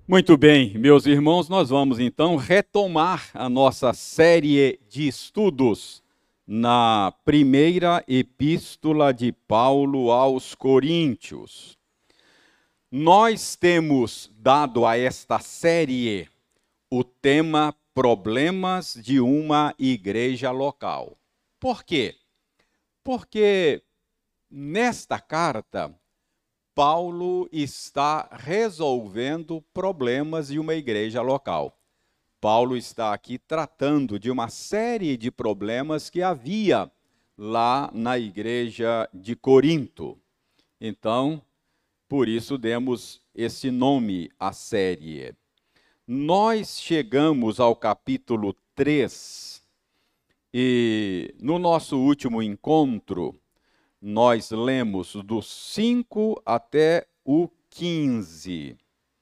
Muito bem, meus irmãos, nós vamos então retomar a nossa série de estudos na primeira epístola de Paulo aos Coríntios. Nós temos dado a esta série o tema Problemas de uma Igreja Local. Por quê? Porque nesta carta, Paulo está resolvendo problemas de uma igreja local. Paulo está aqui tratando de uma série de problemas que havia lá na igreja de Corinto. Então, por isso demos esse nome à série. Nós chegamos ao capítulo 3 e no nosso último encontro, nós lemos do 5 até o 15.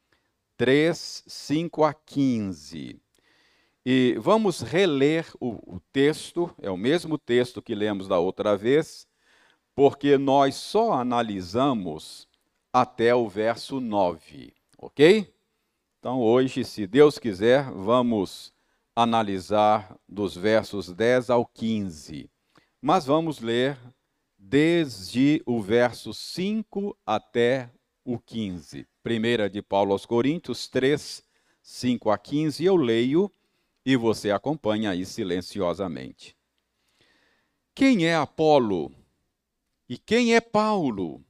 3, 5 a 15. E vamos reler o texto, é o mesmo texto que lemos da outra vez, porque nós só analisamos até o verso 9, ok? Então hoje, se Deus quiser, vamos analisar dos versos 10 ao 15. Mas vamos ler desde o verso 5 até o 15. Primeira de Paulo aos Coríntios 3, 5 a 15, eu leio e você acompanha aí silenciosamente. Quem é Apolo e quem é Paulo?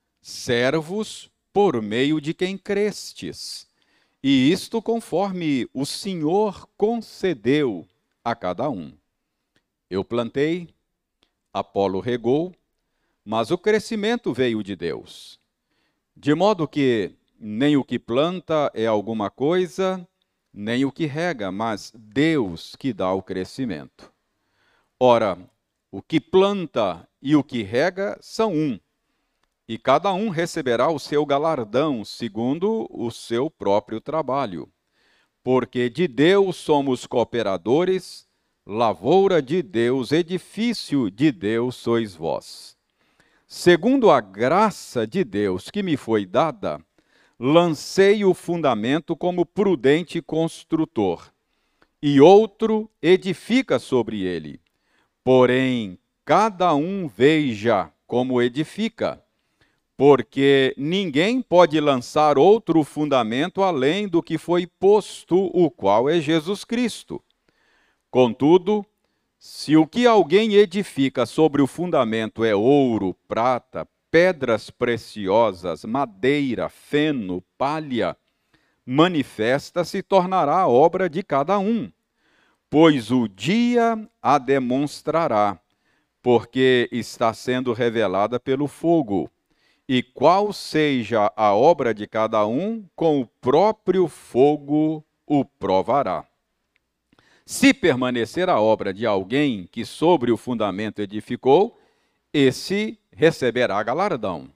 Servos por meio de quem crestes, e isto conforme o Senhor concedeu a cada um. Eu plantei, Apolo regou, mas o crescimento veio de Deus. De modo que nem o que planta é alguma coisa, nem o que rega, mas Deus que dá o crescimento. Ora, o que planta e o que rega são um, e cada um receberá o seu galardão segundo o seu próprio trabalho. Porque de Deus somos cooperadores, lavoura de Deus, edifício de Deus sois vós. Segundo a graça de Deus que me foi dada, lancei o fundamento como prudente construtor, e outro edifica sobre ele. Porém, cada um veja como edifica, porque ninguém pode lançar outro fundamento além do que foi posto, o qual é Jesus Cristo. Contudo, se o que alguém edifica sobre o fundamento é ouro, prata, pedras preciosas, madeira, feno, palha, manifesta se tornará a obra de cada um, pois o dia a demonstrará, porque está sendo revelada pelo fogo. E qual seja a obra de cada um, com o próprio fogo o provará. Se permanecer a obra de alguém que sobre o fundamento edificou, esse receberá galardão.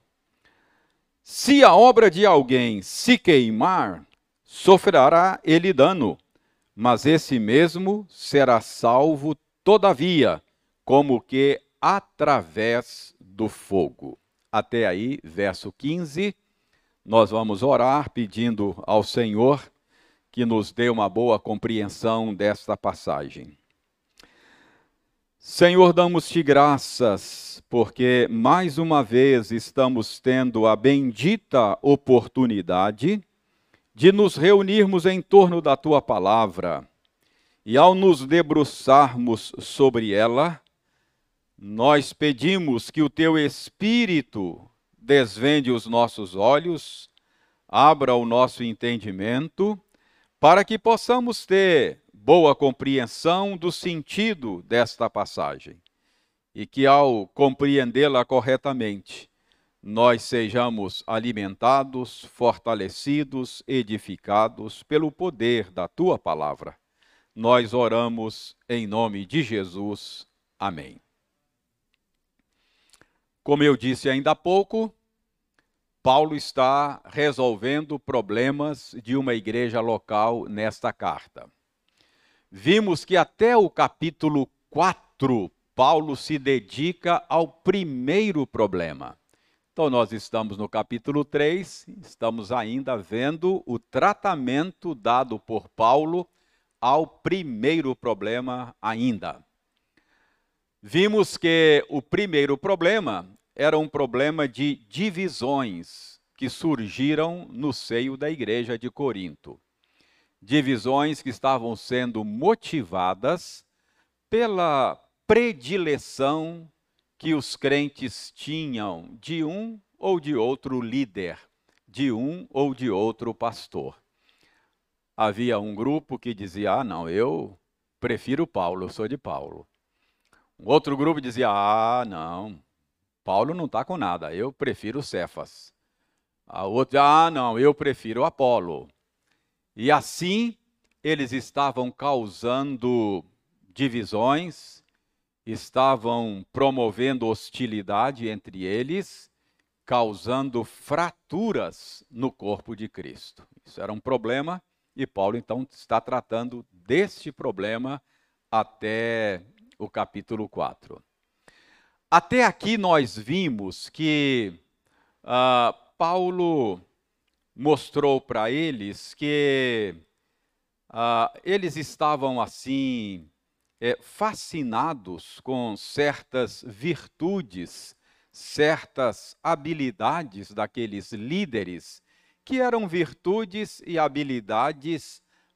Se a obra de alguém se queimar, sofrerá ele dano, mas esse mesmo será salvo todavia, como que através do fogo. Até aí, verso 15, nós vamos orar pedindo ao Senhor que nos dê uma boa compreensão desta passagem. Senhor, damos-te graças, porque mais uma vez estamos tendo a bendita oportunidade de nos reunirmos em torno da tua palavra, e ao nos debruçarmos sobre ela, nós pedimos que o teu Espírito desvende os nossos olhos, abra o nosso entendimento, para que possamos ter boa compreensão do sentido desta passagem. E que ao compreendê-la corretamente, nós sejamos alimentados, fortalecidos, edificados pelo poder da tua palavra. Nós oramos em nome de Jesus. Amém. Como eu disse ainda há pouco, Paulo está resolvendo problemas de uma igreja local nesta carta. Vimos que até o capítulo 4, Paulo se dedica ao primeiro problema. Então, nós estamos no capítulo 3, estamos ainda vendo o tratamento dado por Paulo ao primeiro problema ainda. Vimos que o primeiro problema era um problema de divisões que surgiram no seio da igreja de Corinto. Divisões que estavam sendo motivadas pela predileção que os crentes tinham de um ou de outro líder, de um ou de outro pastor. Havia um grupo que dizia: ah, não, eu prefiro Paulo, eu sou de Paulo. Um outro grupo dizia: ah, não, Paulo não está com nada, eu prefiro Cefas. A outra: ah, não, eu prefiro Apolo. E assim eles estavam causando divisões, estavam promovendo hostilidade entre eles, causando fraturas no corpo de Cristo. Isso era um problema e Paulo então está tratando deste problema até o capítulo 4. Até aqui nós vimos que Paulo mostrou para eles que eles estavam assim fascinados com certas virtudes, certas habilidades daqueles líderes, que eram virtudes e habilidades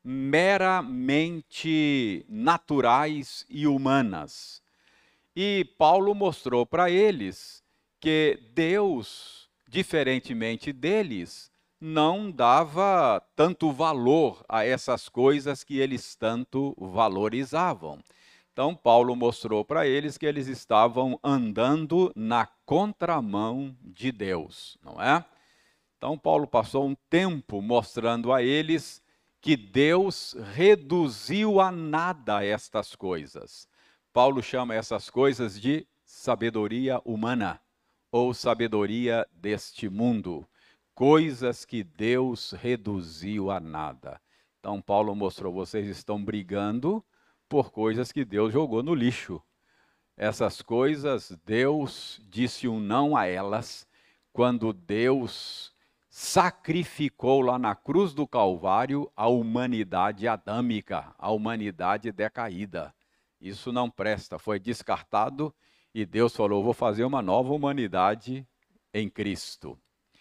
meramente naturais e humanas. E Paulo mostrou para eles que Deus, diferentemente deles, não dava tanto valor a essas coisas que eles tanto valorizavam. Então, Paulo mostrou para eles que eles estavam andando na contramão de Deus, não é? Então, Paulo passou um tempo mostrando a eles que Deus reduziu a nada estas coisas. Paulo chama essas coisas de sabedoria humana ou sabedoria deste mundo. Coisas que Deus reduziu a nada. Então, Paulo mostrou: vocês estão brigando por coisas que Deus jogou no lixo. Essas coisas, Deus disse um não a elas, quando Deus sacrificou lá na cruz do Calvário a humanidade adâmica, a humanidade decaída. Isso não presta, foi descartado e Deus falou: vou fazer uma nova humanidade em Cristo.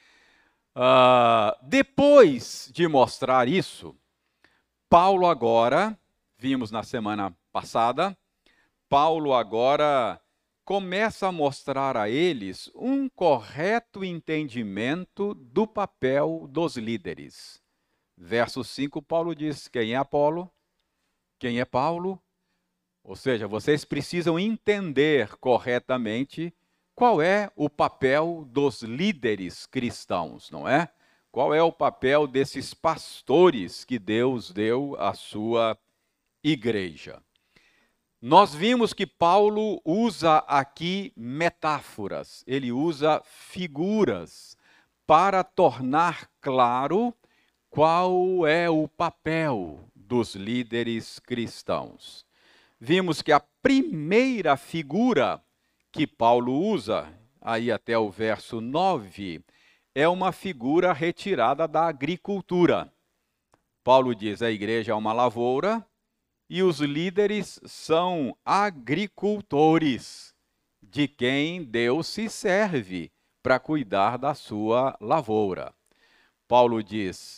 Depois de mostrar isso, Paulo agora, vimos na semana passada, Paulo agora começa a mostrar a eles um correto entendimento do papel dos líderes. Verso 5, Paulo diz: quem é Apolo? Quem é Paulo? Ou seja, vocês precisam entender corretamente qual é o papel dos líderes cristãos, não é? Qual é o papel desses pastores que Deus deu à sua igreja? Nós vimos que Paulo usa aqui metáforas, ele usa figuras para tornar claro qual é o papel dos líderes cristãos. Vimos que a primeira figura que Paulo usa, aí até o verso 9, é uma figura retirada da agricultura. Paulo diz: a igreja é uma lavoura e os líderes são agricultores, de quem Deus se serve para cuidar da sua lavoura. Paulo diz: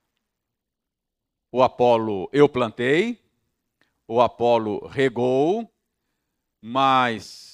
o Apolo eu plantei, o Apolo regou, mas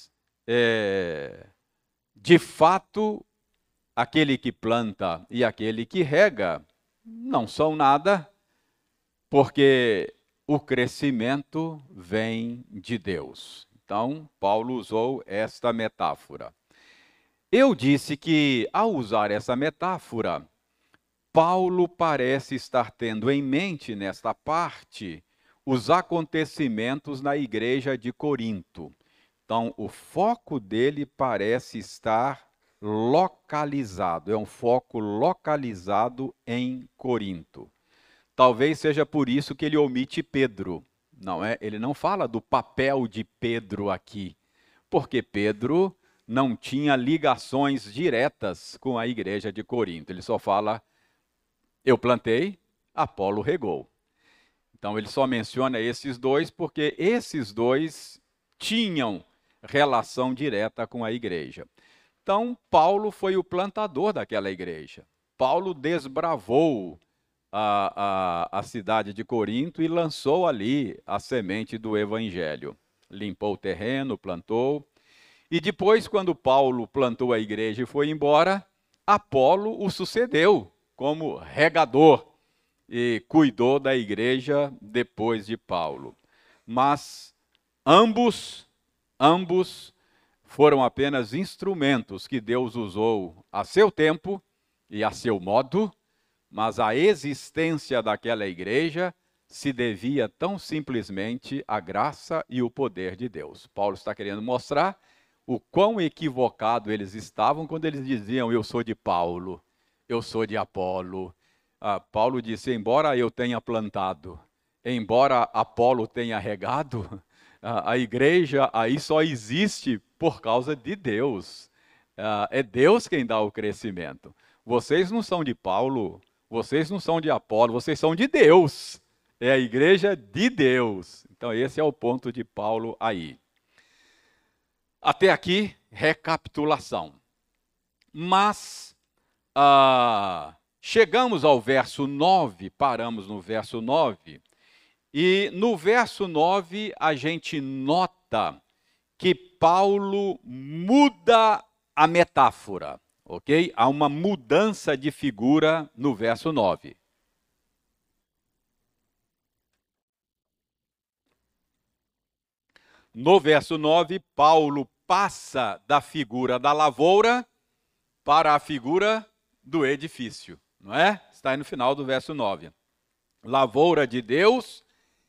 de fato, aquele que planta e aquele que rega não são nada, porque o crescimento vem de Deus. Então, Paulo usou esta metáfora. Eu disse que, ao usar essa metáfora, Paulo parece estar tendo em mente, nesta parte, os acontecimentos na igreja de Corinto. Então, o foco dele parece estar localizado, é um foco localizado em Corinto. Talvez seja por isso que ele omite Pedro, não é? Ele não fala do papel de Pedro aqui, porque Pedro não tinha ligações diretas com a igreja de Corinto. Ele só fala, eu plantei, Apolo regou. Então ele só menciona esses dois porque esses dois tinham relação direta com a igreja. Então Paulo foi o plantador daquela igreja. Paulo desbravou a cidade de Corinto e lançou ali a semente do evangelho. Limpou o terreno, plantou. E depois, quando Paulo plantou a igreja e foi embora, Apolo o sucedeu como regador e cuidou da igreja depois de Paulo. Mas ambos foram apenas instrumentos que Deus usou a seu tempo e a seu modo, mas a existência daquela igreja se devia tão simplesmente à graça e o poder de Deus. Paulo está querendo mostrar o quão equivocado eles estavam quando eles diziam, eu sou de Paulo, eu sou de Apolo. Paulo disse, embora eu tenha plantado, embora Apolo tenha regado, a igreja aí só existe por causa de Deus. É Deus quem dá o crescimento. Vocês não são de Paulo, vocês não são de Apolo, vocês são de Deus. É a igreja de Deus. Então esse é o ponto de Paulo aí. Até aqui, recapitulação. Mas chegamos ao verso 9, paramos no verso 9, e no verso 9 a gente nota que Paulo muda a metáfora, ok? Há uma mudança de figura no verso 9. No verso 9, Paulo passa da figura da lavoura para a figura do edifício, não é? Está aí no final do verso 9. Lavoura de Deus,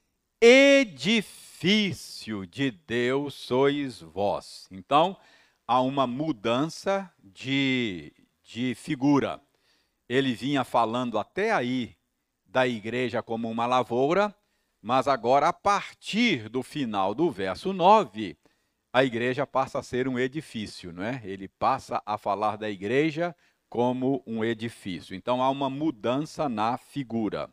edifício de Deus sois vós. Então, há uma mudança de figura. Ele vinha falando até aí da igreja como uma lavoura, mas agora, a partir do final do verso 9, a igreja passa a ser um edifício, não é? Ele passa a falar da igreja como um edifício. Então, há uma mudança na figura.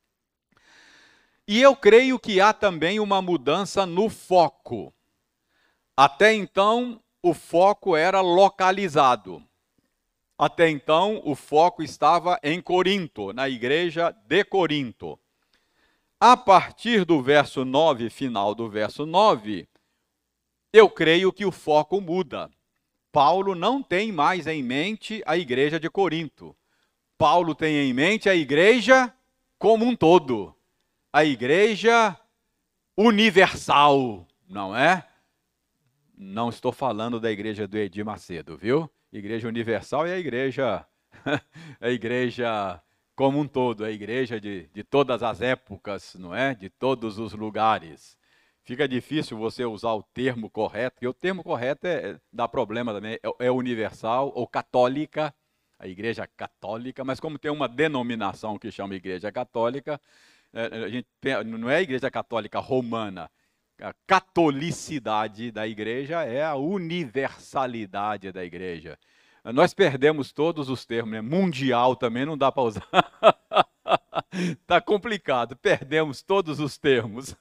E eu creio que há também uma mudança no foco. Até então, o foco era localizado. Até então, o foco estava em Corinto, na igreja de Corinto. A partir do verso 9, final do verso 9, eu creio que o foco muda. Paulo não tem mais em mente a igreja de Corinto. Paulo tem em mente a igreja como um todo. A igreja universal, não é? Não estou falando da igreja do Edir Macedo, viu? Igreja universal é a igreja, a igreja como um todo, a igreja de todas as épocas, não é? De todos os lugares. Fica difícil você usar o termo correto, porque o termo correto dá problema também, é universal ou católica, a igreja católica, mas como tem uma denominação que chama igreja católica, a gente não é a igreja católica romana, a catolicidade da igreja é a universalidade da igreja. Nós perdemos todos os termos, né? Mundial também não dá para usar. Está complicado, perdemos todos os termos.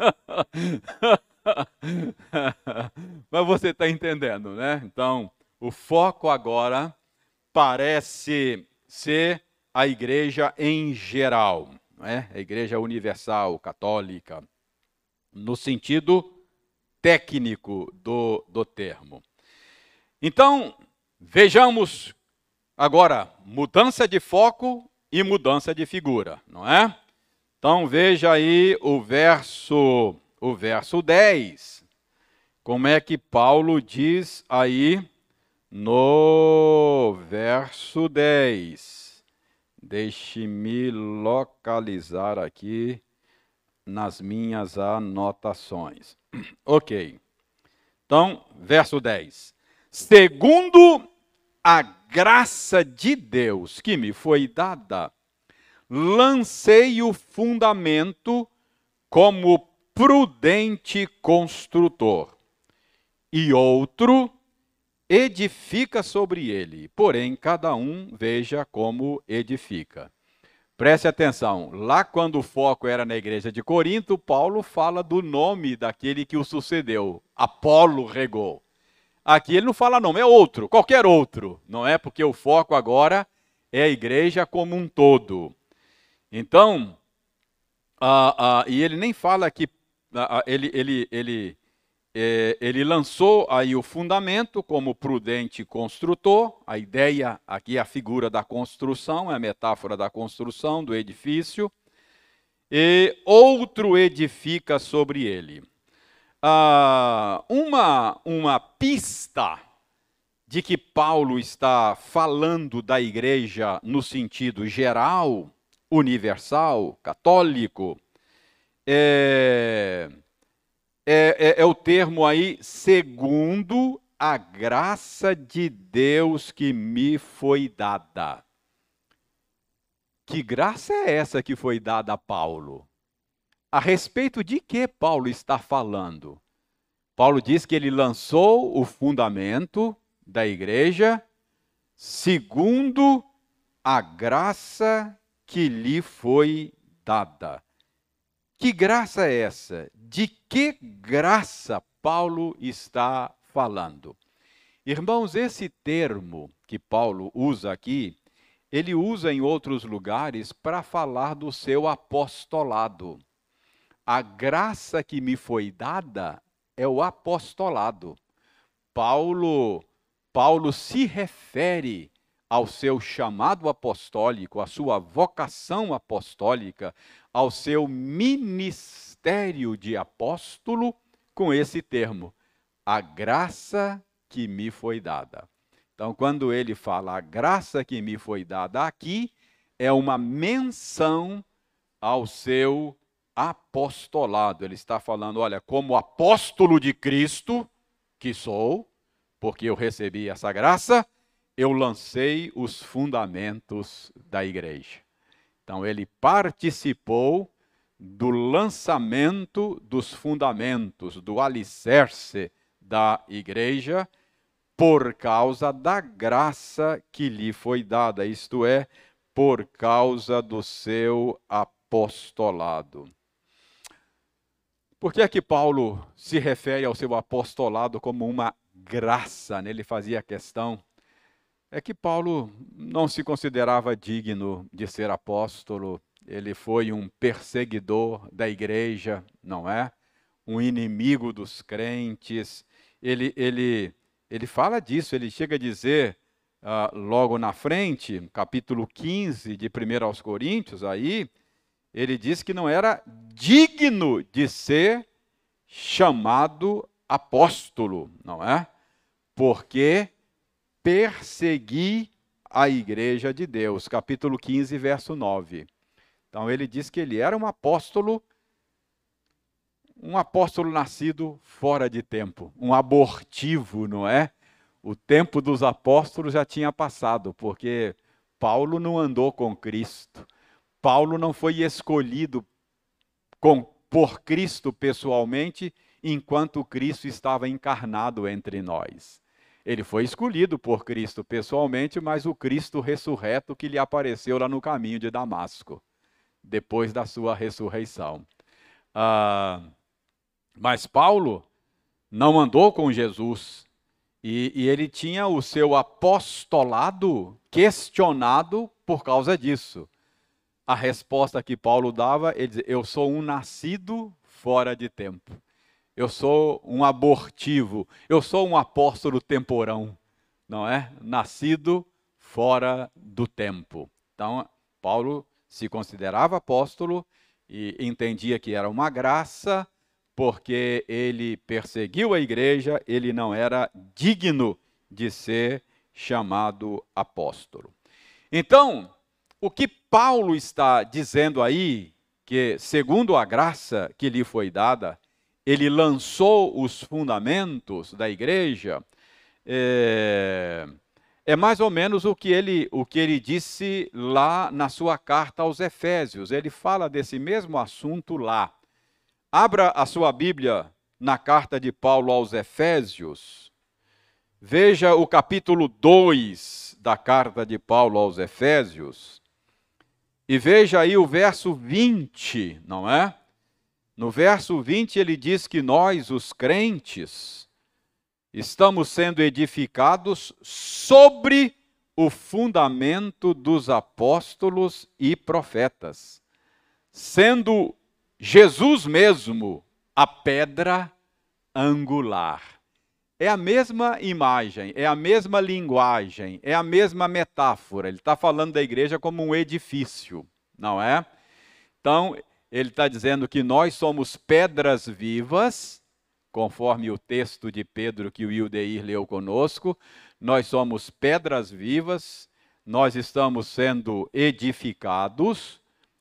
Mas você está entendendo, né? Então, o foco agora parece ser a igreja em geral, não é? A igreja universal, católica, no sentido técnico do termo. Então, vejamos agora mudança de foco e mudança de figura, não é? Então veja aí o verso 10. Como é que Paulo diz aí no verso 10? Deixe-me localizar aqui nas minhas anotações. Ok. Então, verso 10. Segundo a graça de Deus que me foi dada, lancei o fundamento como prudente construtor, e outro edifica sobre ele, porém cada um veja como edifica. Preste atenção, lá quando o foco era na igreja de Corinto, Paulo fala do nome daquele que o sucedeu, Apolo regou. Aqui ele não fala nome, é outro, qualquer outro, não é? Porque o foco agora é a igreja como um todo. Então, e ele nem fala que ele lançou aí o fundamento como prudente construtor. A ideia aqui é a figura da construção, é a metáfora da construção do edifício. E outro edifica sobre ele. Uma pista de que Paulo está falando da igreja no sentido geral, universal, católico, é o termo aí, segundo a graça de Deus que me foi dada. Que graça é essa que foi dada a Paulo? A respeito de que Paulo está falando? Paulo diz que ele lançou o fundamento da igreja segundo a graça que lhe foi dada. Que graça é essa? De que graça Paulo está falando? Irmãos, esse termo que Paulo usa aqui, ele usa em outros lugares para falar do seu apostolado. A graça que me foi dada é o apostolado. Paulo se refere ao seu chamado apostólico, à sua vocação apostólica, ao seu ministério de apóstolo, com esse termo, a graça que me foi dada. Então, quando ele fala a graça que me foi dada aqui, é uma menção ao seu apostolado. Ele está falando, olha, como apóstolo de Cristo, que sou, porque eu recebi essa graça, eu lancei os fundamentos da igreja. Então, ele participou do lançamento dos fundamentos, do alicerce da igreja, por causa da graça que lhe foi dada, isto é, por causa do seu apostolado. Por que é que Paulo se refere ao seu apostolado como uma graça? Ele fazia questão. É que Paulo não se considerava digno de ser apóstolo. Ele foi um perseguidor da igreja, não é? Um inimigo dos crentes. Ele fala disso, ele chega a dizer, logo na frente, capítulo 15 de 1 aos Coríntios, aí, ele diz que não era digno de ser chamado apóstolo, não é? Porque persegui a igreja de Deus, capítulo 15, verso 9. Então ele diz que ele era um apóstolo nascido fora de tempo, um abortivo, não é? O tempo dos apóstolos já tinha passado, porque Paulo não andou com Cristo. Paulo não foi escolhido por Cristo pessoalmente, enquanto Cristo estava encarnado entre nós. Ele foi escolhido por Cristo pessoalmente, mas o Cristo ressurreto que lhe apareceu lá no caminho de Damasco, depois da sua ressurreição. Mas Paulo não andou com Jesus, e ele tinha o seu apostolado questionado por causa disso. A resposta que Paulo dava, ele dizia, eu sou um nascido fora de tempo. Eu sou um abortivo, eu sou um apóstolo temporão, não é? Nascido fora do tempo. Então, Paulo se considerava apóstolo e entendia que era uma graça, porque ele perseguiu a igreja, ele não era digno de ser chamado apóstolo. Então, o que Paulo está dizendo aí, que segundo a graça que lhe foi dada, ele lançou os fundamentos da igreja, é mais ou menos o que ele disse lá na sua carta aos Efésios. Ele fala desse mesmo assunto lá. Abra a sua Bíblia na carta de Paulo aos Efésios, Veja o capítulo 2 da carta de Paulo aos Efésios e veja aí o verso 20, não é? No verso 20 ele diz que nós, os crentes, estamos sendo edificados sobre o fundamento dos apóstolos e profetas, sendo Jesus mesmo a pedra angular. É a mesma imagem, é a mesma linguagem, é a mesma metáfora. Ele está falando da igreja como um edifício, não é? Então, ele está dizendo que nós somos pedras vivas, conforme o texto de Pedro que o Wildeir leu conosco. Nós somos pedras vivas, nós estamos sendo edificados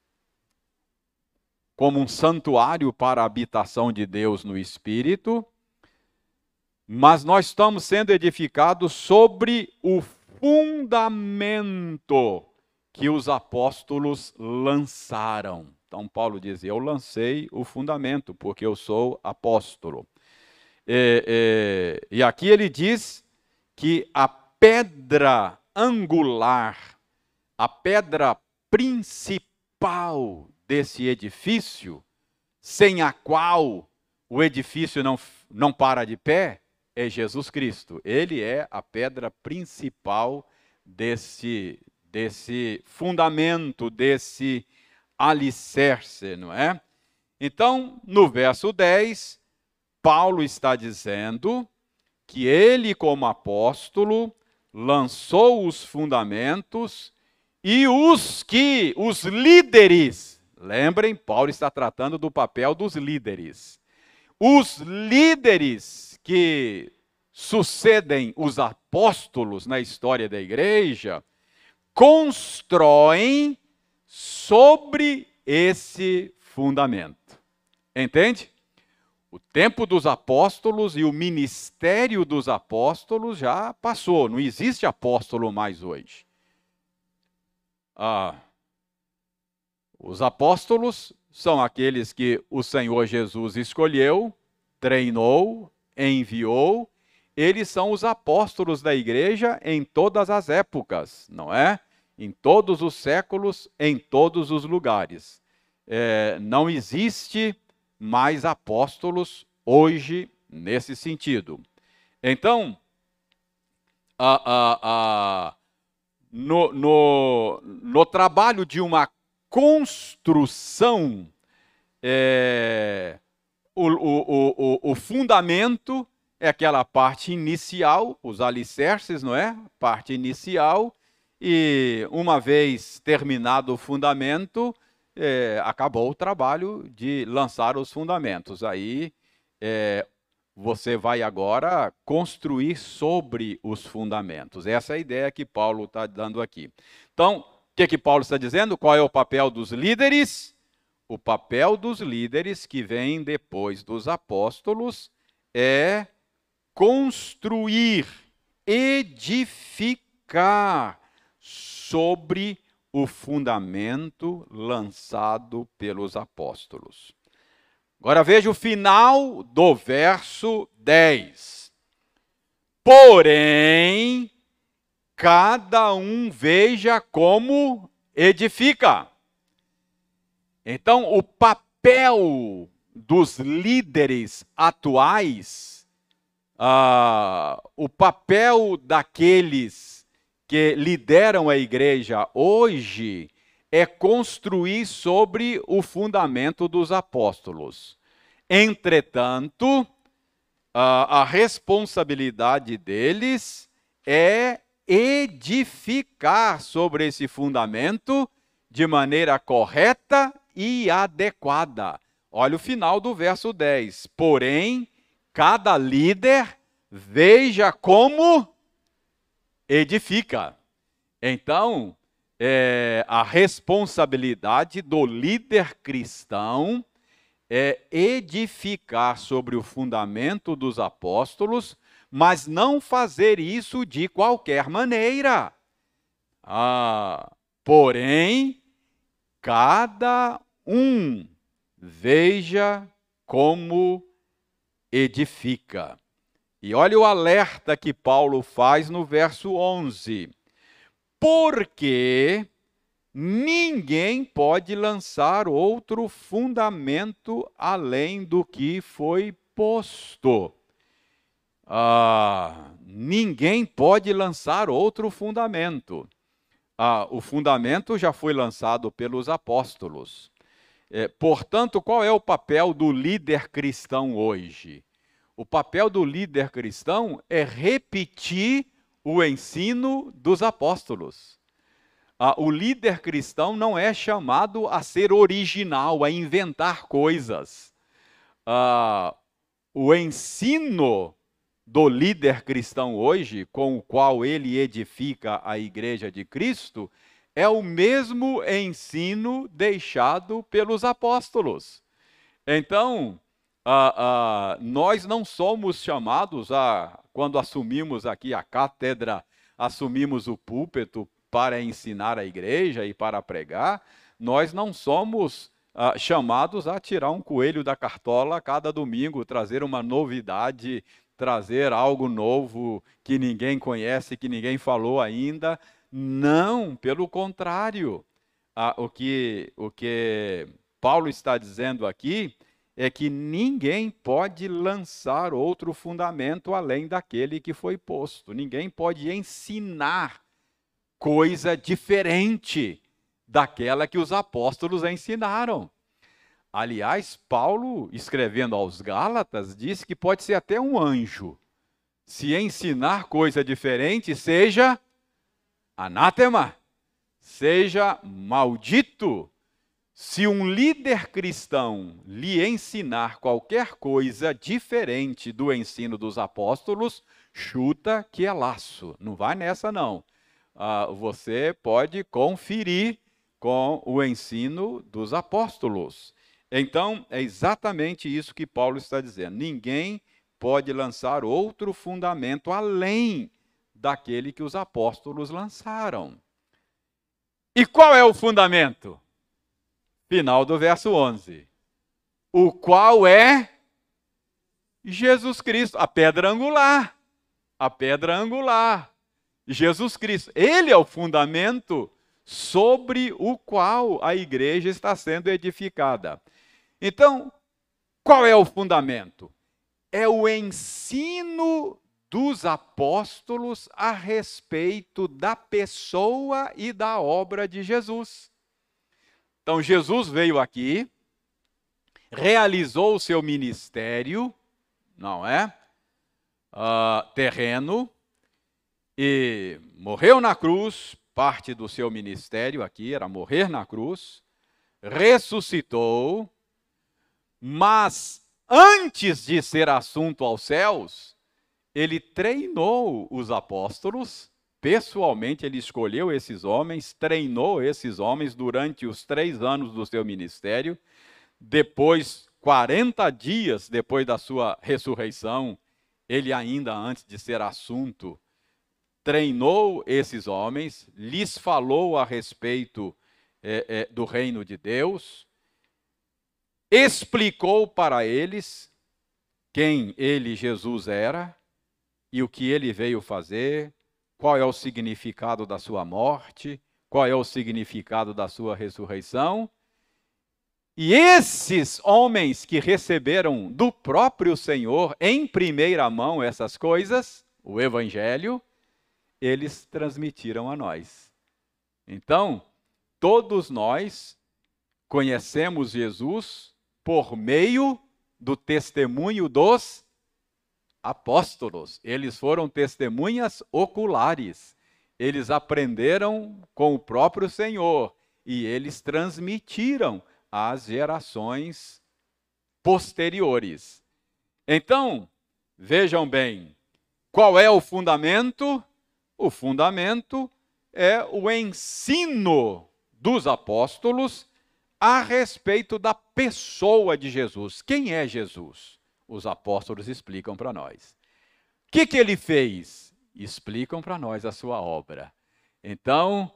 como um santuário para a habitação de Deus no Espírito, mas nós estamos sendo edificados sobre o fundamento que os apóstolos lançaram. Então Paulo diz, eu lancei o fundamento, porque eu sou apóstolo. E aqui ele diz que a pedra angular, a pedra principal desse edifício, sem a qual o edifício não para de pé, é Jesus Cristo. Ele é a pedra principal desse fundamento, desse alicerce, não é? Então, no verso 10, Paulo está dizendo que ele, como apóstolo, lançou os fundamentos e os líderes, lembrem, Paulo está tratando do papel dos líderes. Os líderes que sucedem os apóstolos na história da igreja constroem sobre esse fundamento. Entende? O tempo dos apóstolos e o ministério dos apóstolos já passou, não existe apóstolo mais hoje. Os apóstolos são aqueles que o Senhor Jesus escolheu, treinou, enviou. Eles são os apóstolos da igreja em todas as épocas, não é? Em todos os séculos, em todos os lugares. Não existe mais apóstolos hoje nesse sentido. Então, no trabalho de uma construção, o fundamento é aquela parte inicial, os alicerces, não é? Parte inicial, e uma vez terminado o fundamento, acabou o trabalho de lançar os fundamentos. Aí você vai agora construir sobre os fundamentos. Essa é a ideia que Paulo está dando aqui. Então, o que Paulo está dizendo? Qual é o papel dos líderes? O papel dos líderes que vêm depois dos apóstolos é construir, edificar sobre o fundamento lançado pelos apóstolos. Agora veja o final do verso 10. Porém, cada um veja como edifica. Então, o papel dos líderes atuais, o papel daqueles que lideram a igreja hoje, é construir sobre o fundamento dos apóstolos. Entretanto, a responsabilidade deles é edificar sobre esse fundamento de maneira correta e adequada. Olha o final do verso 10. Porém, cada líder veja como edifica. Então, a responsabilidade do líder cristão é edificar sobre o fundamento dos apóstolos, mas não fazer isso de qualquer maneira. Porém, cada um veja como edifica. E olha o alerta que Paulo faz no verso 11. Porque ninguém pode lançar outro fundamento além do que foi posto. Ninguém pode lançar outro fundamento. O fundamento já foi lançado pelos apóstolos. Portanto, qual é o papel do líder cristão hoje? O papel do líder cristão é repetir o ensino dos apóstolos. O líder cristão não é chamado a ser original, a inventar coisas. O ensino do líder cristão hoje, com o qual ele edifica a igreja de Cristo, é o mesmo ensino deixado pelos apóstolos. Então, nós não somos chamados quando assumimos aqui a cátedra, assumimos o púlpito para ensinar a igreja e para pregar, nós não somos chamados a tirar um coelho da cartola cada domingo, trazer uma novidade, trazer algo novo que ninguém conhece, que ninguém falou ainda. Não, pelo contrário. O que Paulo está dizendo aqui é que ninguém pode lançar outro fundamento além daquele que foi posto. Ninguém pode ensinar coisa diferente daquela que os apóstolos ensinaram. Aliás, Paulo, escrevendo aos Gálatas, disse que pode ser até um anjo. Se ensinar coisa diferente, seja anátema, seja maldito. Se um líder cristão lhe ensinar qualquer coisa diferente do ensino dos apóstolos, chuta que é laço. Não vai nessa, não. Você pode conferir com o ensino dos apóstolos. Então, é exatamente isso que Paulo está dizendo. Ninguém pode lançar outro fundamento além daquele que os apóstolos lançaram. E qual é o fundamento? Final do verso 11. O qual é Jesus Cristo, a pedra angular. A pedra angular. Jesus Cristo. Ele é o fundamento sobre o qual a igreja está sendo edificada. Então, qual é o fundamento? É o ensino dos apóstolos a respeito da pessoa e da obra de Jesus. Então, Jesus veio aqui, realizou o seu ministério, não é? Terreno, e morreu na cruz. Parte do seu ministério aqui era morrer na cruz, ressuscitou, mas antes de ser assunto aos céus, ele treinou os apóstolos, pessoalmente ele escolheu esses homens, treinou esses homens durante os 3 anos do seu ministério. Depois, 40 dias depois da sua ressurreição, ele ainda antes de ser assunto, treinou esses homens, lhes falou a respeito do reino de Deus, explicou para eles quem ele, Jesus, era e o que ele veio fazer, qual é o significado da sua morte, qual é o significado da sua ressurreição. E esses homens que receberam do próprio Senhor em primeira mão essas coisas, o Evangelho, eles transmitiram a nós. Então, todos nós conhecemos Jesus por meio do testemunho dos apóstolos. Eles foram testemunhas oculares. Eles aprenderam com o próprio Senhor e eles transmitiram às gerações posteriores. Então, vejam bem, qual é o fundamento? O fundamento é o ensino dos apóstolos a respeito da pessoa de Jesus. Quem é Jesus? Os apóstolos explicam para nós. O que ele fez? Explicam para nós a sua obra. Então,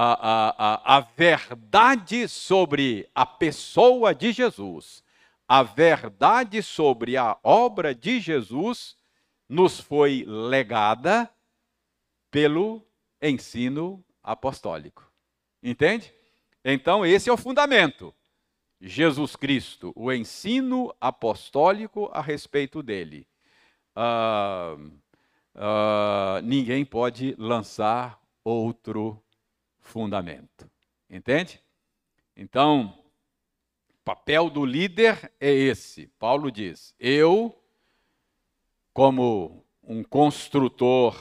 a verdade sobre a pessoa de Jesus, a verdade sobre a obra de Jesus, nos foi legada pelo ensino apostólico. Entende? Então, esse é o fundamento. Jesus Cristo, o ensino apostólico a respeito dele. Ninguém pode lançar outro fundamento. Entende? Então, o papel do líder é esse. Paulo diz: eu, como um construtor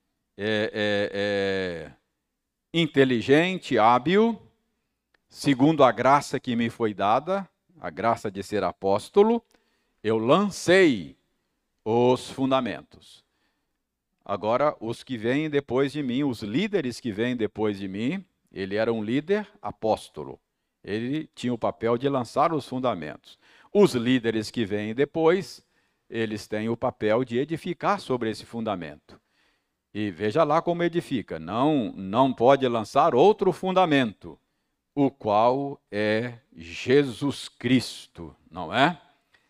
inteligente, hábil, segundo a graça que me foi dada, a graça de ser apóstolo, eu lancei os fundamentos. Agora, os que vêm depois de mim, os líderes que vêm depois de mim, ele era um líder apóstolo. Ele tinha o papel de lançar os fundamentos. Os líderes que vêm depois, eles têm o papel de edificar sobre esse fundamento. E veja lá como edifica. Não pode lançar outro fundamento, o qual é Jesus Cristo, não é?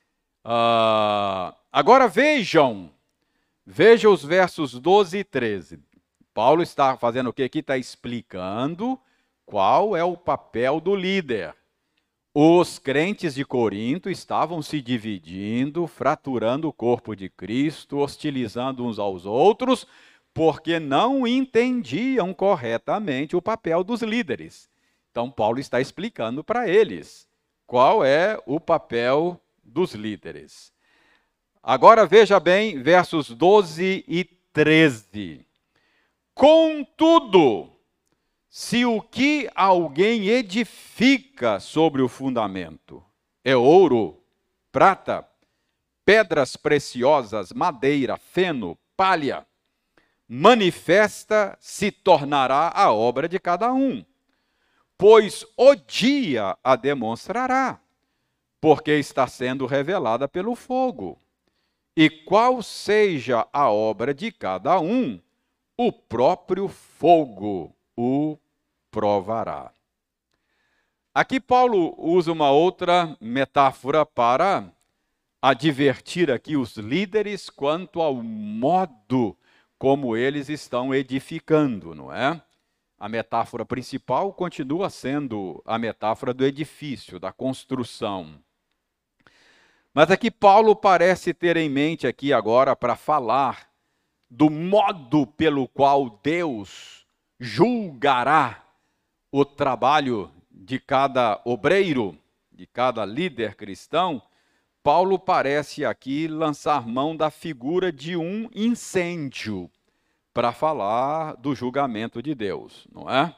Agora vejam os versos 12 e 13. Paulo está fazendo o que aqui? Está explicando qual é o papel do líder. Os crentes de Corinto estavam se dividindo, fraturando o corpo de Cristo, hostilizando uns aos outros, porque não entendiam corretamente o papel dos líderes. Então, Paulo está explicando para eles qual é o papel dos líderes. Agora veja bem, versos 12 e 13. Contudo, se o que alguém edifica sobre o fundamento é ouro, prata, pedras preciosas, madeira, feno, palha, manifesta se tornará a obra de cada um, pois o dia a demonstrará, porque está sendo revelada pelo fogo. E qual seja a obra de cada um, o próprio fogo o provará. Aqui Paulo usa uma outra metáfora para advertir aqui os líderes quanto ao modo como eles estão edificando, não é? A metáfora principal continua sendo a metáfora do edifício, da construção. Mas aqui Paulo parece ter em mente aqui agora para falar do modo pelo qual Deus julgará o trabalho de cada obreiro, de cada líder cristão. Paulo parece aqui lançar mão da figura de um incêndio para falar do julgamento de Deus, não é?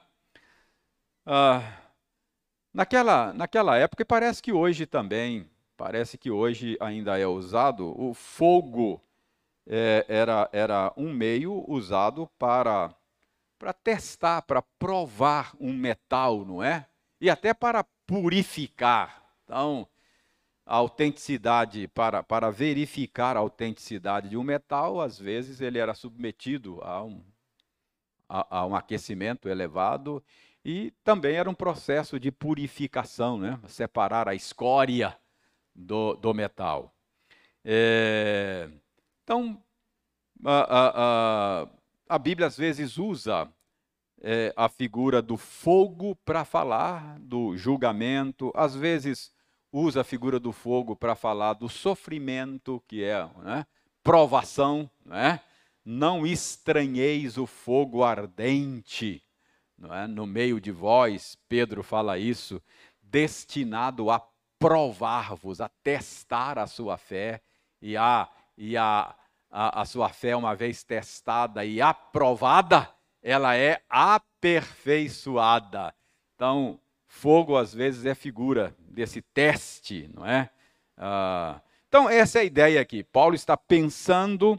Naquela época, e parece que hoje também, parece que hoje ainda é usado, o fogo era um meio usado para testar, para provar um metal, não é? E até para purificar. Então, a autenticidade, para verificar a autenticidade de um metal, às vezes ele era submetido a um aquecimento elevado, e também era um processo de purificação, né? Separar a escória do metal. Então, a Bíblia às vezes usa a figura do fogo para falar do julgamento, às vezes usa a figura do fogo para falar do sofrimento, que é, né, provação, né? Não estranheis o fogo ardente, não é? No meio de vós, Pedro fala isso, destinado a provar-vos, a testar a sua fé, e a sua fé, uma vez testada e aprovada, ela é aperfeiçoada. Então, fogo às vezes é figura desse teste, não é? Então, essa é a ideia aqui. Paulo está pensando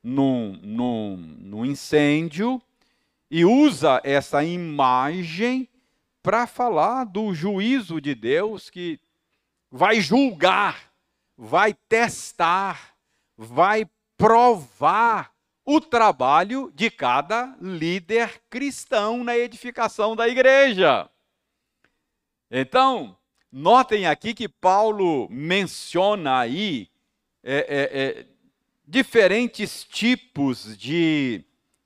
num incêndio e usa essa imagem para falar do juízo de Deus que vai julgar, vai testar, vai provar o trabalho de cada líder cristão na edificação da igreja. Então, notem aqui que Paulo menciona aí diferentes tipos de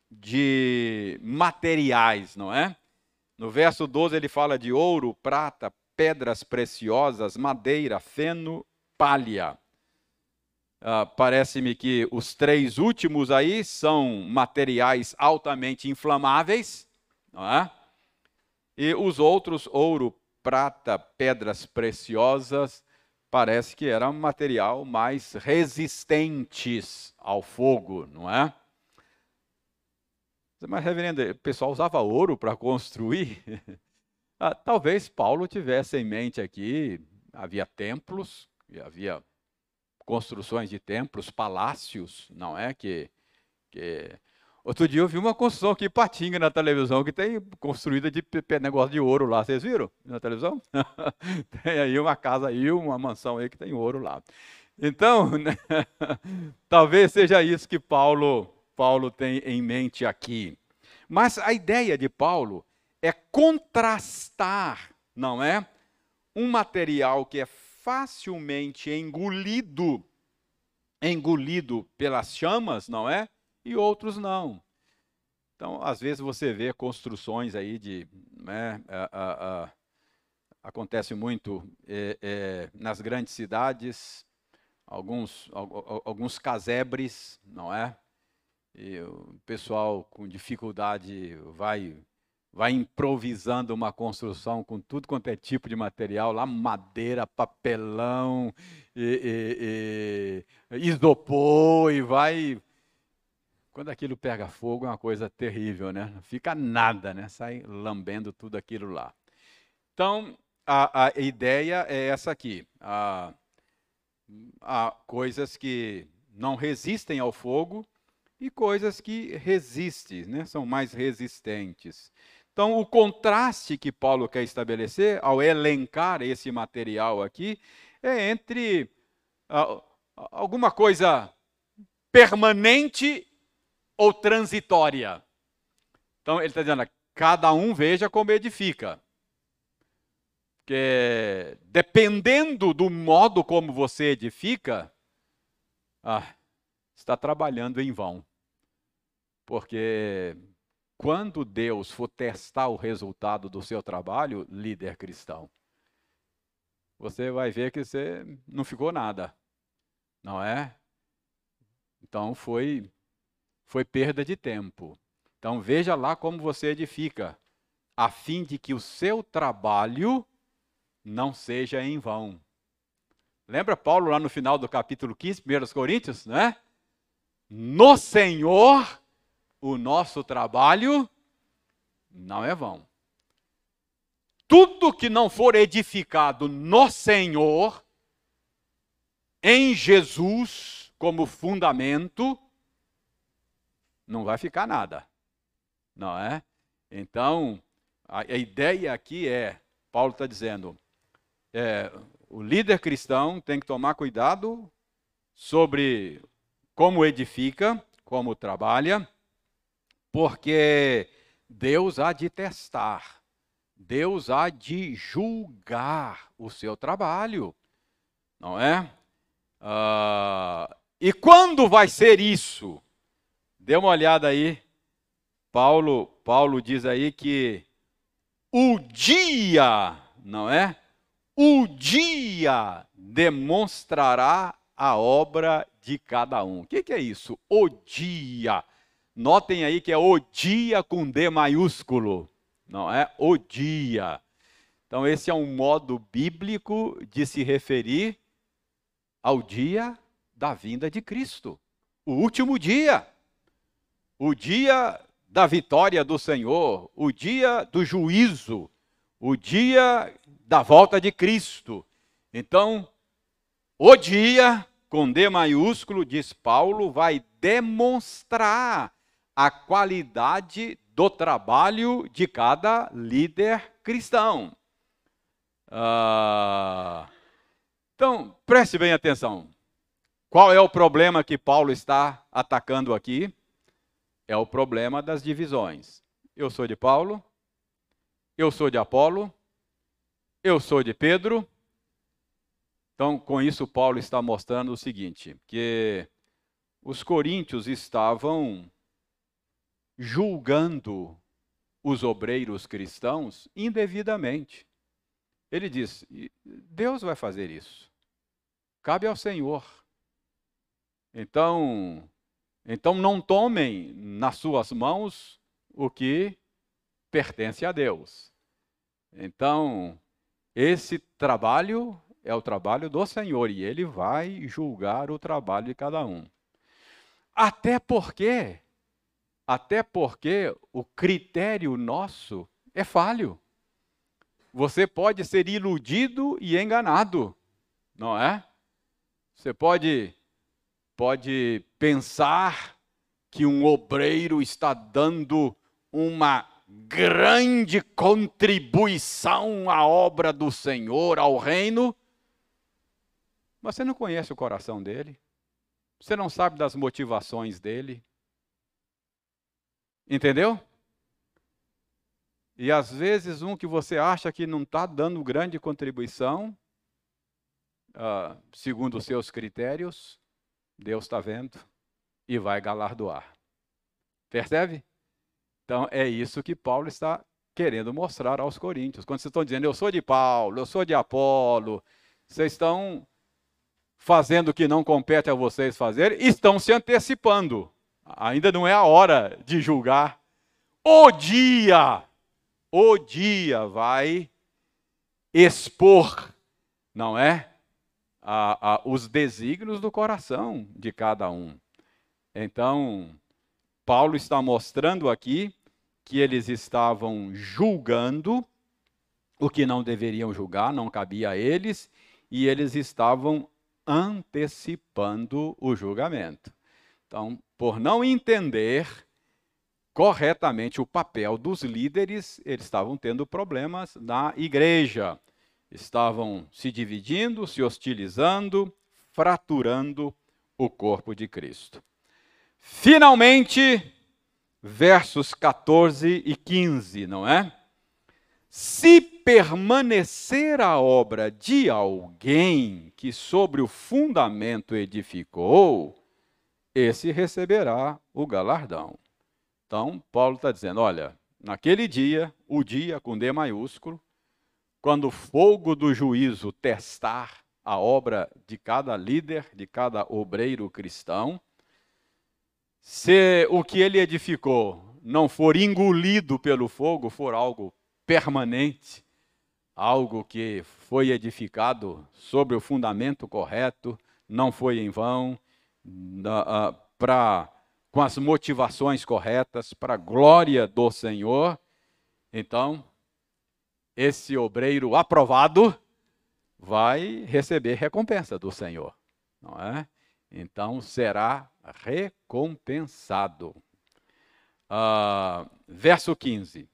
materiais, não é? No verso 12 ele fala de ouro, prata, pedras preciosas, madeira, feno, palha. Parece-me que os três últimos aí são materiais altamente inflamáveis, não é? E os outros, ouro, prata, pedras preciosas, parece que eram material mais resistentes ao fogo, não é? Mas, reverendo, o pessoal usava ouro para construir? Talvez Paulo tivesse em mente aqui, havia templos, havia construções de templos, palácios, não é? Outro dia eu vi uma construção aqui em Patinga na televisão que tem construída de negócio de ouro lá, vocês viram na televisão? Tem aí uma casa aí, uma mansão aí que tem ouro lá. Então, né, talvez seja isso que Paulo tem em mente aqui. Mas a ideia de Paulo é contrastar, não é? Um material que é facilmente engolido pelas chamas, não é? E outros não. Então, às vezes você vê construções aí acontece muito nas grandes cidades, alguns casebres, não é? E o pessoal com dificuldade vai improvisando uma construção com tudo quanto é tipo de material, lá madeira, papelão, isopor, e vai... Quando aquilo pega fogo é uma coisa terrível, né? Não fica nada, né? Sai lambendo tudo aquilo lá. Então, a ideia é essa aqui. Há coisas que não resistem ao fogo e coisas que resistem, né? São mais resistentes. Então, o contraste que Paulo quer estabelecer, ao elencar esse material aqui, é entre alguma coisa permanente ou transitória. Então, ele está dizendo, cada um veja como edifica. Porque, dependendo do modo como você edifica, está trabalhando em vão. Porque quando Deus for testar o resultado do seu trabalho, líder cristão, você vai ver que você não ficou nada, não é? Então foi perda de tempo. Então veja lá como você edifica, a fim de que o seu trabalho não seja em vão. Lembra Paulo lá no final do capítulo 15, 1 Coríntios, né? No Senhor, o nosso trabalho não é vão. Tudo que não for edificado no Senhor, em Jesus como fundamento, não vai ficar nada, não é? Então, a ideia aqui Paulo está dizendo, o líder cristão tem que tomar cuidado sobre como edifica, como trabalha, porque Deus há de testar, Deus há de julgar o seu trabalho, não é? E quando vai ser isso? Dê uma olhada aí, Paulo diz aí que o dia, não é? O dia demonstrará a obra de cada um. O que é isso? O dia. Notem aí que é o dia com D maiúsculo, não é? O dia. Então esse é um modo bíblico de se referir ao dia da vinda de Cristo. O último dia. O dia da vitória do Senhor, o dia do juízo, o dia da volta de Cristo. Então, o dia, com D maiúsculo, diz Paulo, vai demonstrar a qualidade do trabalho de cada líder cristão. Então, preste bem atenção. Qual é o problema que Paulo está atacando aqui? É o problema das divisões. Eu sou de Paulo, eu sou de Apolo, eu sou de Pedro. Então, com isso, Paulo está mostrando o seguinte, que os coríntios estavam julgando os obreiros cristãos indevidamente. Ele diz: Deus vai fazer isso, cabe ao Senhor. Então não tomem nas suas mãos o que pertence a Deus. Então, esse trabalho é o trabalho do Senhor e Ele vai julgar o trabalho de cada um. Até porque o critério nosso é falho. Você pode ser iludido e enganado, não é? Você pode pensar que um obreiro está dando uma grande contribuição à obra do Senhor, ao reino, mas você não conhece o coração dele, você não sabe das motivações dele, entendeu? E às vezes um que você acha que não está dando grande contribuição, segundo os seus critérios, Deus está vendo e vai galardoar. Percebe? Então é isso que Paulo está querendo mostrar aos coríntios. Quando vocês estão dizendo, eu sou de Paulo, eu sou de Apolo, vocês estão fazendo o que não compete a vocês fazer, estão se antecipando. Ainda não é a hora de julgar. O dia vai expor, não é? Os desígnios do coração de cada um. Então, Paulo está mostrando aqui que eles estavam julgando o que não deveriam julgar, não cabia a eles, e eles estavam antecipando o julgamento. Então, por não entender corretamente o papel dos líderes, eles estavam tendo problemas na igreja. Estavam se dividindo, se hostilizando, fraturando o corpo de Cristo. Finalmente, versos 14 e 15, não é? Se permanecer a obra de alguém que sobre o fundamento edificou, esse receberá o galardão. Então, Paulo está dizendo, olha, naquele dia, o dia com D maiúsculo, quando o fogo do juízo testar a obra de cada líder, de cada obreiro cristão, se o que ele edificou não for engolido pelo fogo, for algo permanente, algo que foi edificado sobre o fundamento correto, não foi em vão, com as motivações corretas, para a glória do Senhor, então, esse obreiro aprovado vai receber recompensa do Senhor, não é? Então, será recompensado. Verso 15.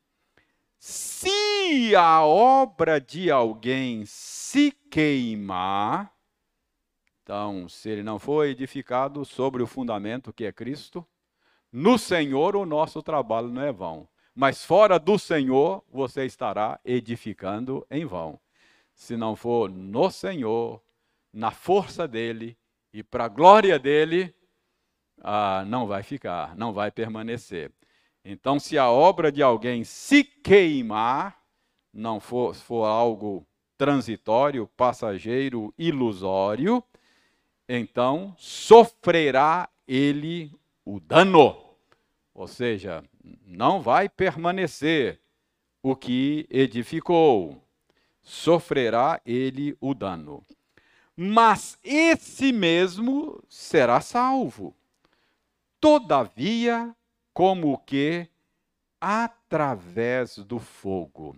Se a obra de alguém se queimar, então, se ele não for edificado sobre o fundamento que é Cristo, no Senhor o nosso trabalho não é vão. Mas fora do Senhor, você estará edificando em vão. Se não for no Senhor, na força dEle e para a glória dEle, não vai ficar, não vai permanecer. Então, se a obra de alguém se queimar, não for algo transitório, passageiro, ilusório, então sofrerá ele o dano. Ou seja, não vai permanecer o que edificou. Sofrerá ele o dano. Mas esse mesmo será salvo. Todavia, como que através do fogo.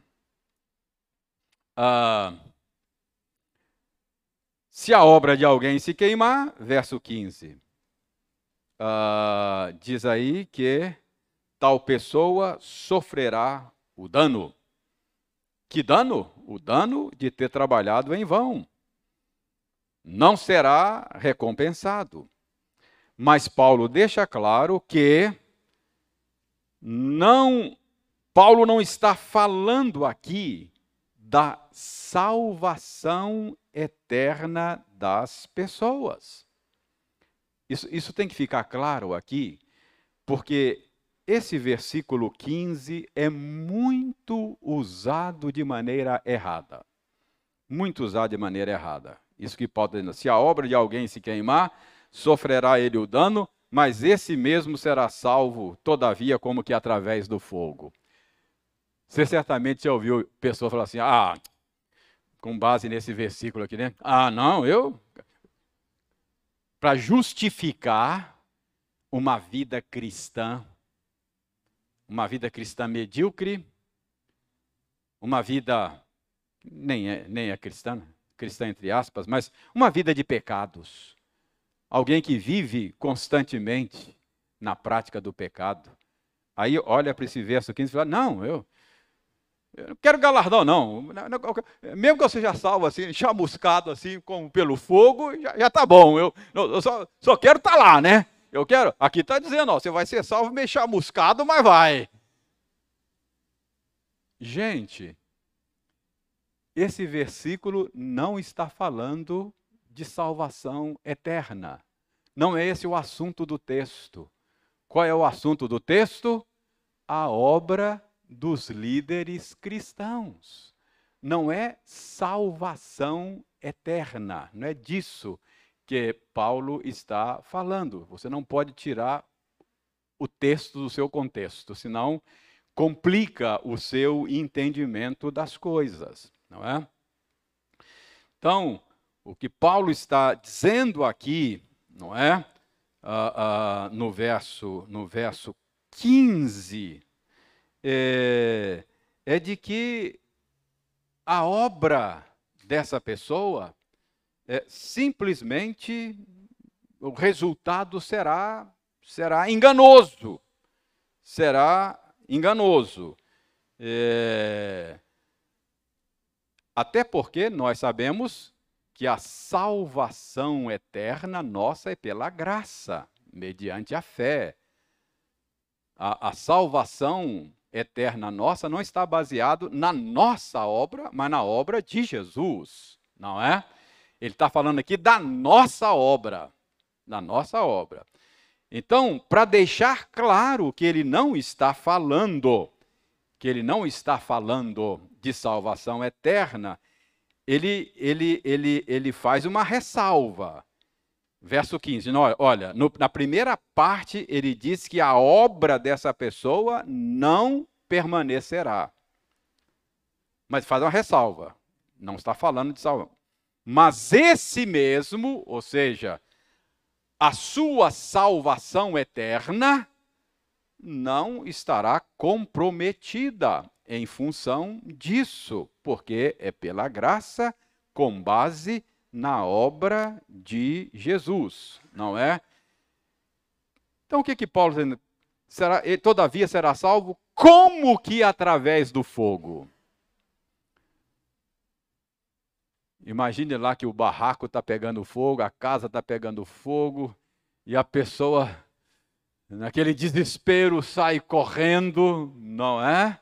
Se a obra de alguém se queimar, verso 15, diz aí que tal pessoa sofrerá o dano. Que dano? O dano de ter trabalhado em vão. Não será recompensado. Mas Paulo deixa claro que Paulo não está falando aqui da salvação eterna das pessoas. Isso tem que ficar claro aqui, porque esse versículo 15 é muito usado de maneira errada. Muito usado de maneira errada. Isso que Paulo está dizendo. Se a obra de alguém se queimar, sofrerá ele o dano, mas esse mesmo será salvo, todavia, como que através do fogo. Você certamente já ouviu pessoas falar assim, com base nesse versículo aqui, né? Não, para justificar uma vida cristã medíocre, uma vida, nem é cristã entre aspas, mas uma vida de pecados. Alguém que vive constantemente na prática do pecado. Aí olha para esse verso 15 e fala, não, eu não quero galardão, não. Mesmo que eu seja salvo assim, chamuscado assim, como pelo fogo, já tá bom. Eu só quero estar lá, né? Eu quero. Aqui está dizendo, você vai ser salvo meio chamuscado, mas vai. Gente, esse versículo não está falando de salvação eterna. Não é esse o assunto do texto. Qual é o assunto do texto? A obra dos líderes cristãos. Não é salvação eterna, não é disso que Paulo está falando. Você não pode tirar o texto do seu contexto, senão complica o seu entendimento das coisas, não é? Então, o que Paulo está dizendo aqui, não é? No verso 15, é de que a obra dessa pessoa, simplesmente, o resultado será enganoso. Será enganoso. Até porque nós sabemos que a salvação eterna nossa é pela graça, mediante a fé. A salvação eterna nossa não está baseado na nossa obra, mas na obra de Jesus, não é? Ele está falando aqui da nossa obra, da nossa obra. Então, para deixar claro que ele não está falando de salvação eterna, ele faz uma ressalva. Verso 15, olha, na primeira parte ele diz que a obra dessa pessoa não permanecerá. Mas faz uma ressalva, não está falando de salvação. Mas esse mesmo, ou seja, a sua salvação eterna, não estará comprometida em função disso, porque é pela graça, com base na obra de Jesus, não é? Então o que Paulo está dizendo? Todavia será salvo, como que através do fogo? Imagine lá que o barraco está pegando fogo, a casa está pegando fogo, e a pessoa, naquele desespero, sai correndo, não é?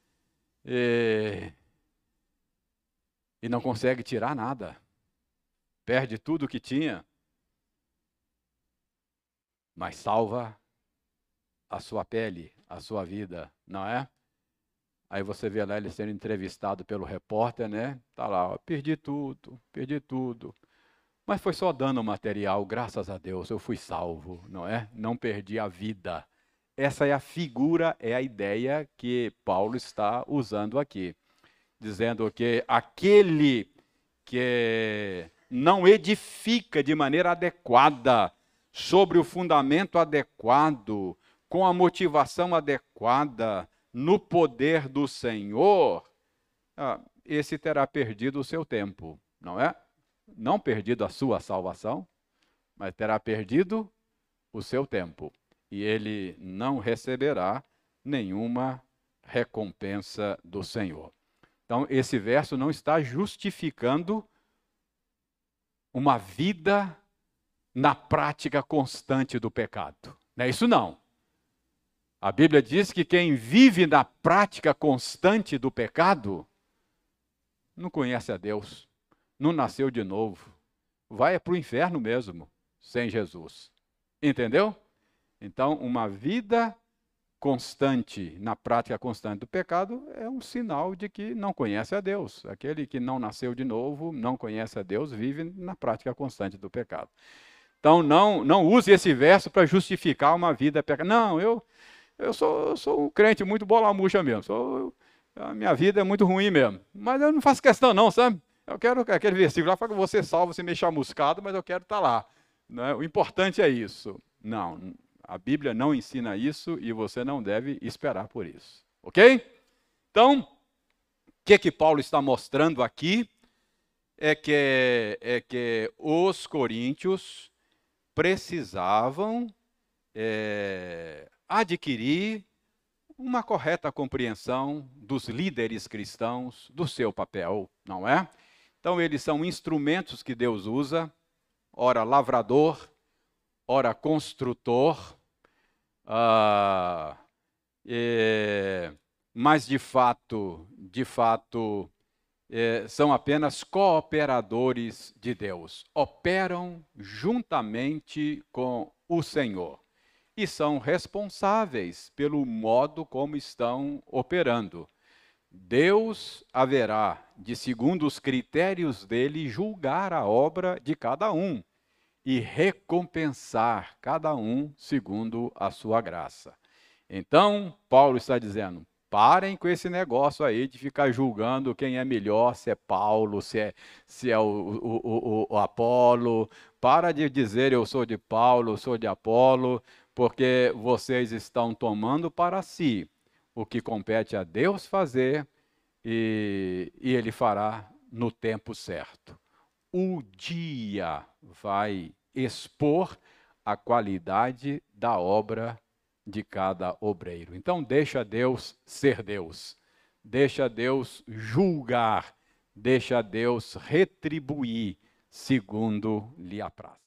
E não consegue tirar nada. Perde tudo o que tinha, mas salva a sua pele, a sua vida, não é? Aí você vê lá ele sendo entrevistado pelo repórter, né? Tá lá, perdi tudo. Mas foi só dano material, graças a Deus, eu fui salvo, não é? Não perdi a vida. Essa é a figura, é a ideia que Paulo está usando aqui, dizendo que aquele que não edifica de maneira adequada, sobre o fundamento adequado, com a motivação adequada, no poder do Senhor, esse terá perdido o seu tempo, não é? Não perdido a sua salvação, mas terá perdido o seu tempo. E ele não receberá nenhuma recompensa do Senhor. Então, esse verso não está justificando uma vida na prática constante do pecado. Não é isso não. A Bíblia diz que quem vive na prática constante do pecado não conhece a Deus, não nasceu de novo, vai para o inferno mesmo, sem Jesus. Entendeu? Então, uma vida constante, na prática constante do pecado, é um sinal de que não conhece a Deus. Aquele que não nasceu de novo, não conhece a Deus, vive na prática constante do pecado. Então, não use esse verso para justificar uma vida pecadora. Não, eu sou um crente muito bola murcha mesmo. A minha vida é muito ruim mesmo. Mas eu não faço questão não, sabe? Eu quero aquele versículo lá, fala que você salva, você meio chamuscado, mas eu quero estar lá. Né? O importante é isso. Não, a Bíblia não ensina isso e você não deve esperar por isso. Ok? Então, o que Paulo está mostrando aqui é que os coríntios precisavam adquirir uma correta compreensão dos líderes cristãos, do seu papel, não é? Então, eles são instrumentos que Deus usa, ora lavrador, ora construtor, mas de fato, são apenas cooperadores de Deus, operam juntamente com o Senhor e são responsáveis pelo modo como estão operando. Deus haverá de, segundo os critérios dele, julgar a obra de cada um e recompensar cada um segundo a sua graça. Então, Paulo está dizendo, parem com esse negócio aí de ficar julgando quem é melhor, se é Paulo, se é o Apolo. Para de dizer eu sou de Paulo, eu sou de Apolo, porque vocês estão tomando para si o que compete a Deus fazer e Ele fará no tempo certo. O dia vai expor a qualidade da obra de cada obreiro. Então, deixa Deus ser Deus. Deixa Deus julgar. Deixa Deus retribuir segundo lhe apraz.